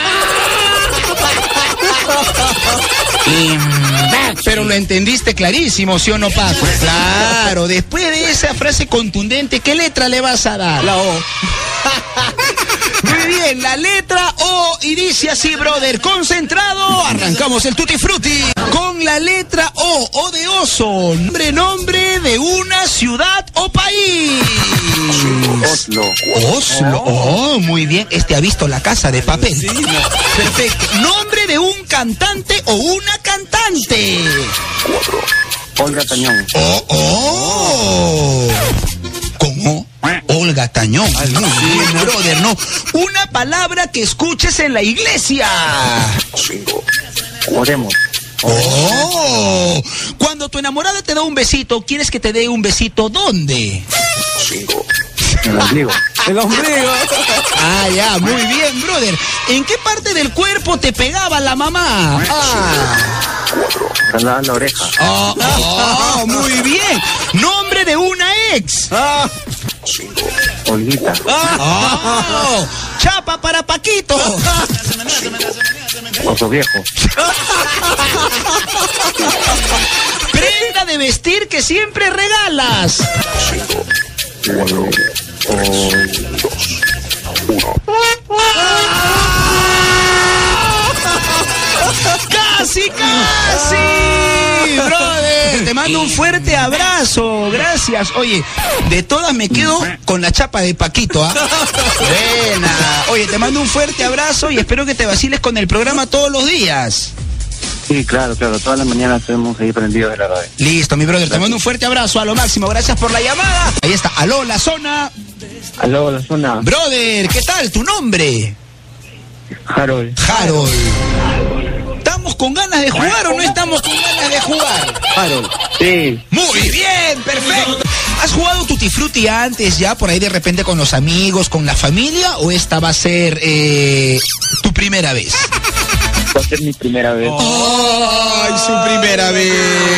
Y, pero lo entendiste clarísimo, ¿sí o no, Paco? Claro, después de esa frase contundente, ¿qué letra le vas a dar? La O. Muy bien, la letra O, y dice así, brother, concentrado, arrancamos el Tutti Frutti con la letra O, O de oso, nombre, nombre de una ciudad o país. Oslo. Oslo, oh, muy bien, este ha visto La Casa de Papel. Sí, no. Perfecto, nombre de un cantante o una cantante. Cuatro. Olga Tañón. Oh, oh. ¿Cómo? Olga Tañón. Muy bien, brother, no. Una palabra que escuches en la iglesia. Cinco. Oremos. Oh. Cuando tu enamorada te da un besito, ¿quieres que te dé un besito dónde? Cinco. El ombligo. El ombligo. Ah, ya, muy bien, brother. ¿En qué parte del cuerpo te pegaba la mamá? Ah. Cuatro. La, la oreja. Oh, oh, muy bien. Nombre de una ex. Ah. Cinco. Olguita. Oh, chapa para Paquito. Oso viejo. Prenda de vestir que siempre regalas. Cinco. Cuatro. O... Dos. Uno. ¡Casi, casi! Brother, te mando un fuerte abrazo. Gracias. Oye, de todas me quedo con la chapa de Paquito, ¿ah? ¿eh? Buena. Oye, te mando un fuerte abrazo y espero que te vaciles con el programa todos los días. Sí, claro, claro. Todas las mañanas estamos ahí prendidos de la radio. Listo, mi brother. Gracias. Te mando un fuerte abrazo. A lo máximo. Gracias por la llamada. Ahí está. Aló, La Zona. Aló, La Zona. Brother, ¿qué tal? ¿Tu nombre? Harold. Harold. ¿Estamos con ganas de jugar o no estamos con ganas de jugar? Harold. Sí. Muy bien, perfecto. ¿Has jugado Tutti Frutti antes ya, por ahí de repente con los amigos, con la familia, o esta va a ser eh, tu primera vez? Va a ser mi primera vez. ¡Ay, su primera vez!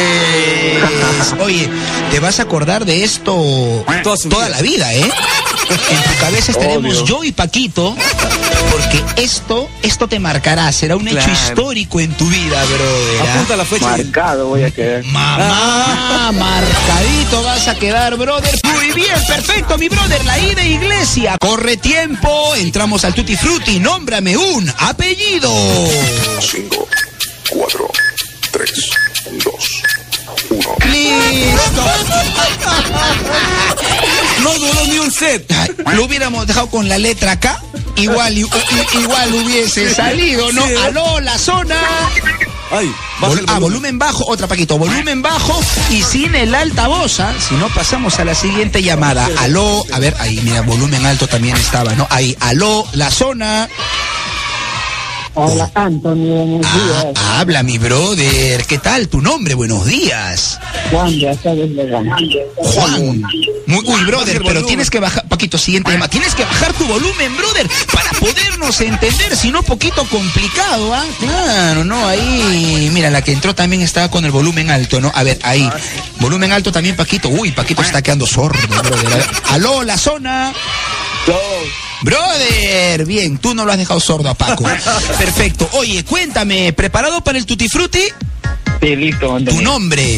Oye, te vas a acordar de esto toda, toda la vida, ¿eh? En tu cabeza estaremos Obvio. yo y Paquito, porque esto, esto te marcará, será un claro. hecho histórico en tu vida, brother. Apunta la fecha. Marcado voy a quedar. Mamá, marcadito vas a quedar, brother. Muy bien, perfecto, mi brother, la ida iglesia. Corre tiempo, entramos al Tutti Frutti, nómbrame un apellido. Cinco, cuatro, tres, dos, uno. ¡Listo! No duró ni un set. Lo hubiéramos dejado con la letra K, igual, igual hubiese salido, ¿no? Sí, ¿eh? Aló, La Zona. Ay, Vol ah, volumen bajo, otra Paquito, volumen bajo y sin el altavoz, ¿ah? Si no, pasamos a la siguiente llamada. Aló, a ver, ahí, mira, volumen alto también estaba, ¿no? Ahí, aló, La Zona. Hola, Anthony, buenos días. Ah, habla, mi brother. ¿Qué tal tu nombre? Buenos días. Juan, ya sabes de ganar. Juan. Muy, uy, brother, pero tienes que bajar, Paquito, siguiente tema. Tienes que bajar tu volumen, brother, para podernos entender, si no, poquito complicado, ¿ah? Claro, no, ahí, mira, la que entró también estaba con el volumen alto, ¿no? A ver, ahí, volumen alto también, Paquito. Uy, Paquito está quedando sordo, brother. A ver, aló, La Zona. Brother, bien, tú no lo has dejado sordo a Paco. Perfecto. Oye, cuéntame, ¿preparado para el Tutti Frutti? Sí, listo. ¿Tu nombre?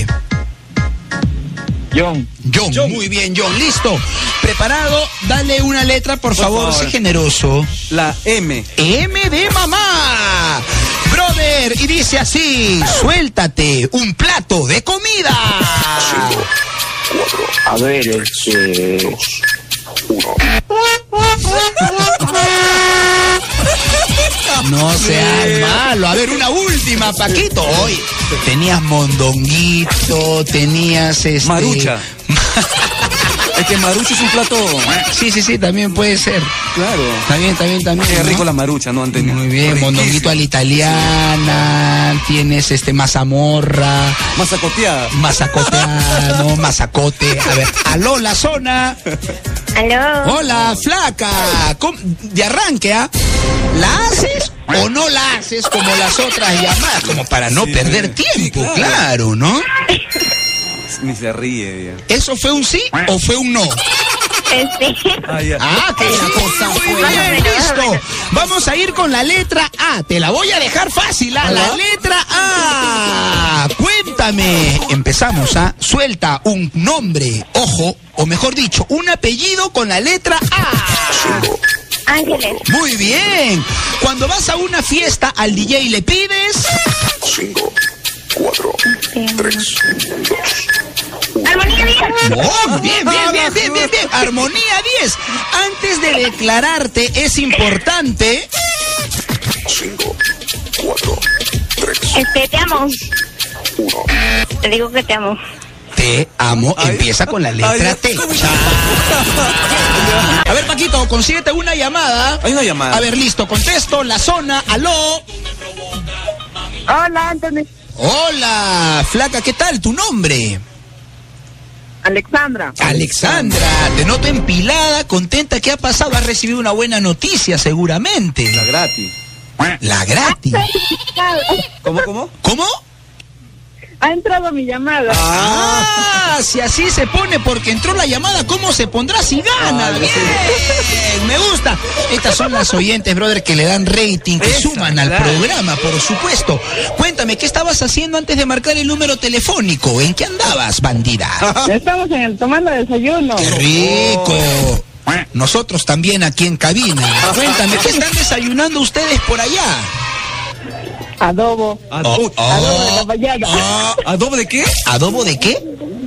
John. John. John, muy bien, John, listo. ¿Preparado? Dale una letra, por, por favor, favor, sé generoso. La M. M de mamá. Brother, y dice así, suéltate un plato de comida. Cinco, cuatro. A ver, este... Dos, uno. No seas malo. A ver, una última, Paquito. Hoy tenías mondonguito, tenías este... Marucha. Es que marucha es un plato. Sí, sí, sí, también puede ser. Claro. También, también, también. Qué ¿no? rico la marucha, ¿no, Antonio? Muy bien, Riquísimo. mondonguito a la italiana, tienes este mazamorra, Mazacoteada. mazacoteano, mazacote. A ver, aló, la zona. Aló. Hola, flaca. ¿Cómo? De arranque, ¿ah? ¿La haces o no la haces como las otras llamadas? Como para no Sí, perder sí, tiempo, claro. claro, ¿no? Ni se ríe, ya. ¿Eso fue un sí o fue un no? Este. Ah, ya. Ah, que sí, muy bien, listo. Vamos a ir con la letra A. Te la voy a dejar fácil, ¿ah? La letra A. Cuéntame. Empezamos, ¿ah? Suelta un nombre, ojo, o mejor dicho, un apellido con la letra A. Ángeles. Muy bien. Cuando vas a una fiesta, al D J le pides... Armonía diez. Oh, bien, bien, bien, bien, bien, bien. Armonía diez. Antes de declararte es importante... Este, te amo. Te digo que te amo. Te amo. Ay. Empieza con la letra Ay, T. ¿cómo? A ver, Paquito, consíguete una llamada. Hay una llamada. A ver, listo, contesto. La zona, aló. Hola, Anthony. Hola, flaca, ¿qué tal? ¿Tu nombre? Alexandra. Alexandra, te noto empilada, contenta. ¿Qué ha pasado? Has recibido una buena noticia, seguramente. La gratis. La gratis. ¿Cómo, cómo? ¿Cómo? Ha entrado mi llamada. Ah, si así se pone porque entró la llamada, ¿cómo se pondrá si gana? Ah, Bien, me gusta. Estas son las oyentes, brother, que le dan rating, que Esa, suman al claro. programa, por supuesto. Cuéntame, ¿qué estabas haciendo antes de marcar el número telefónico? ¿En qué andabas, bandida? Estamos en el tomando desayuno. ¡Qué rico! Nosotros también aquí en cabina. Cuéntame, ¿qué están desayunando ustedes por allá? Adobo. Ah, Oh, uy, oh, Adobo de la mañana. oh. ¿Adobo de qué? ¿Adobo de qué?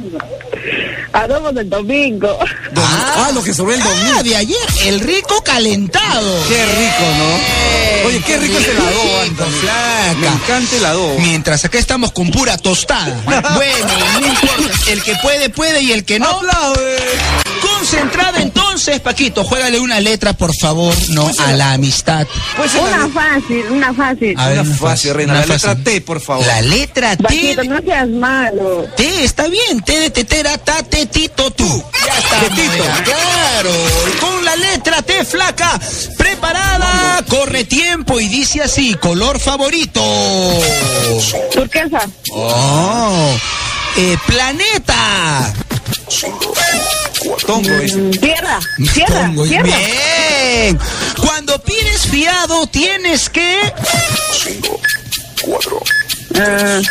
Adobo del domingo. Ah, lo que sobró el domingo. Ah, de ayer, el rico calentado. Qué rico, ¿no? Oye, qué rico es el adobo, Anthony. flaca. Me encanta el adobo. Mientras acá estamos con pura tostada. Bueno, no importa. El que puede, puede y el que no. ¡Aplaude! Concentrada entonces, Paquito, juégale una letra, por favor, no a la amistad. Pues en Una la, fácil, una fácil. A ver, una fácil, reina. una La letra fácil. T, por favor. La letra T. Paquito, no seas malo. T, está bien. T de tetera, ta, tetito, tú. Ya está. Tetito. Mira, claro. Con la letra T, flaca. Preparada. Corre tiempo y dice así. Color favorito. Turquesa. Oh. Eh, planeta. Tongo ese. Tierra. Tierra. Pongo- Tierra. Bien. Cuando pides fiado, tienes que. Ah,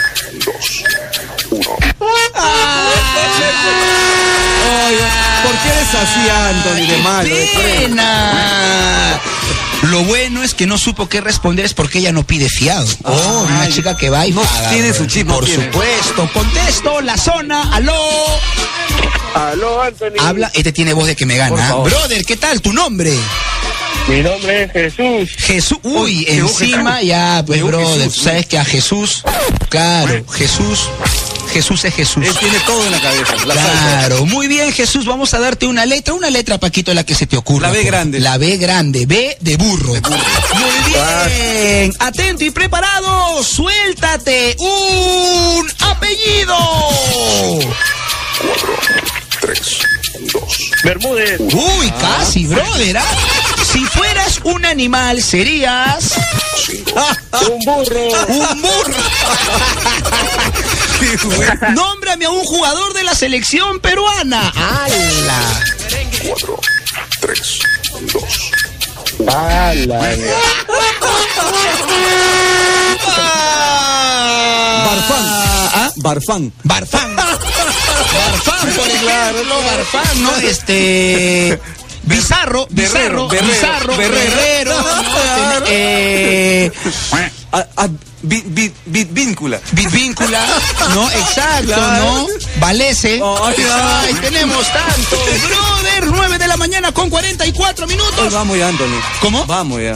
¿Por qué eres así, Anthony, de malo? de frente? Pena. Lo bueno es que no supo qué responder, es porque ella no pide fiado. Oh, una ay. chica que va y No paga, tiene bro. su chip, no Por tiene. supuesto. Contesto, la zona, aló. Aló, Anthony. Habla, este tiene voz de que me Por gana. favor. Brother, ¿qué tal? ¿Tu nombre? Mi nombre es Jesús. Jesús. Uy, Llegó encima Jesús. ya, pues, Llegó brother. Jesús, Tú sabes que a Jesús, claro, Jesús, Jesús es Jesús. Él tiene todo en la cabeza. La salsa. Claro, muy bien, Jesús, vamos a darte una letra, una letra, Paquito, la que se te ocurra. La B por- grande. La B grande, B de burro. Muy bien, atento y preparado, suéltate un apellido. Bermúdez. Uy, casi, brother, ¿ah? Si fueras un animal, serías Un burro. un burro. Qué bueno. Nómbrame a un jugador de la selección peruana. ¡Hala! Barfán. ¿Ah? Barfán. Barfán. Barfán, por ejemplo, Barfán, ¿no? Este. Bizarro, Berrero, Bizarro, Berrero, Bizarro, Berrero. Berrero, ¿no? Eh, A, a, vi- vi- vi- víncula. Bitvíncula, ¿no? Exacto, Claro. ¿no? Valese. Ay, Ay, tenemos tanto. Brother, nueve de la mañana con cuarenta y cuatro minutos. Vamos ya, Anthony. ¿Cómo? Vamos ya.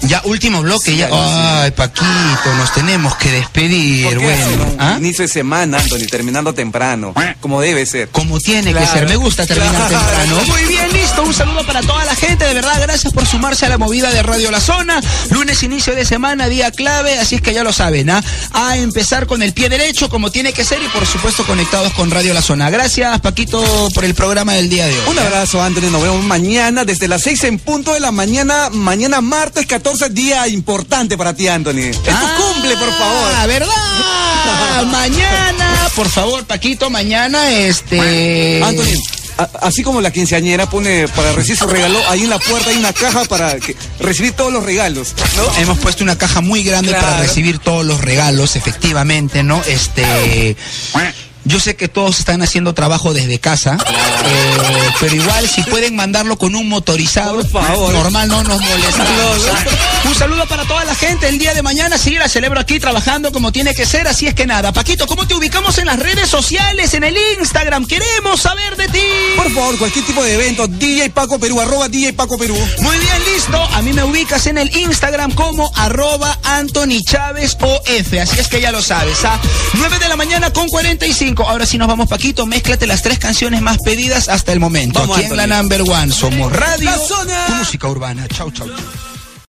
Ya, último bloque, Sí, ya. Alucina. Ay, Paquito, nos tenemos que despedir. ¿Por qué Bueno, hacer un ¿ah? inicio de semana, Anthony, terminando temprano, como debe ser? Como tiene Claro. que ser, me gusta terminar Claro. temprano. Muy bien, listo, un saludo para toda la gente, de verdad, gracias por sumarse a la movida de Radio La Zona. Lunes, inicio de semana, día clave, así es que ya lo saben, ¿ah? A empezar con el pie derecho, como tiene que ser, y por supuesto conectados con Radio La Zona. Gracias, Paquito, por el programa del día de hoy. Un abrazo, Anthony, nos vemos mañana desde las seis en punto de la mañana, mañana martes catorce, día importante para ti, Anthony. Es tu cumple, por favor. Ah, ¿verdad? Mañana, por favor, Paquito, mañana, este... Anthony, a- así como la quinceañera pone para recibir su regalo, ahí en la puerta hay una caja para que- recibir todos los regalos, ¿no? Hemos puesto una caja muy grande Claro. para recibir todos los regalos, efectivamente, ¿no? Este... Yo sé que todos están haciendo trabajo desde casa, eh, pero igual si pueden mandarlo con un motorizado, Por favor. normal, no nos molesta. No, no. Un saludo para toda la gente el día de mañana, sí, la celebro aquí trabajando como tiene que ser, así es que nada. Paquito, ¿cómo te ubicamos en las redes sociales, en el Instagram? Queremos saber de ti. Por favor, cualquier tipo de evento, D J Paco Perú, arroba D J Paco Perú. Muy bien, listo. A mí me ubicas en el Instagram como arroba Anthony Chávez O F. Así es que ya lo sabes, ¿ah? nueve de la mañana con cuarenta y cinco. Ahora sí nos vamos, Paquito. Mézclate las tres canciones más pedidas hasta el momento. Vamos, Aquí en la Anthony. number one. Somos Radio, La Zona. tu música urbana. Chau, chau, chau.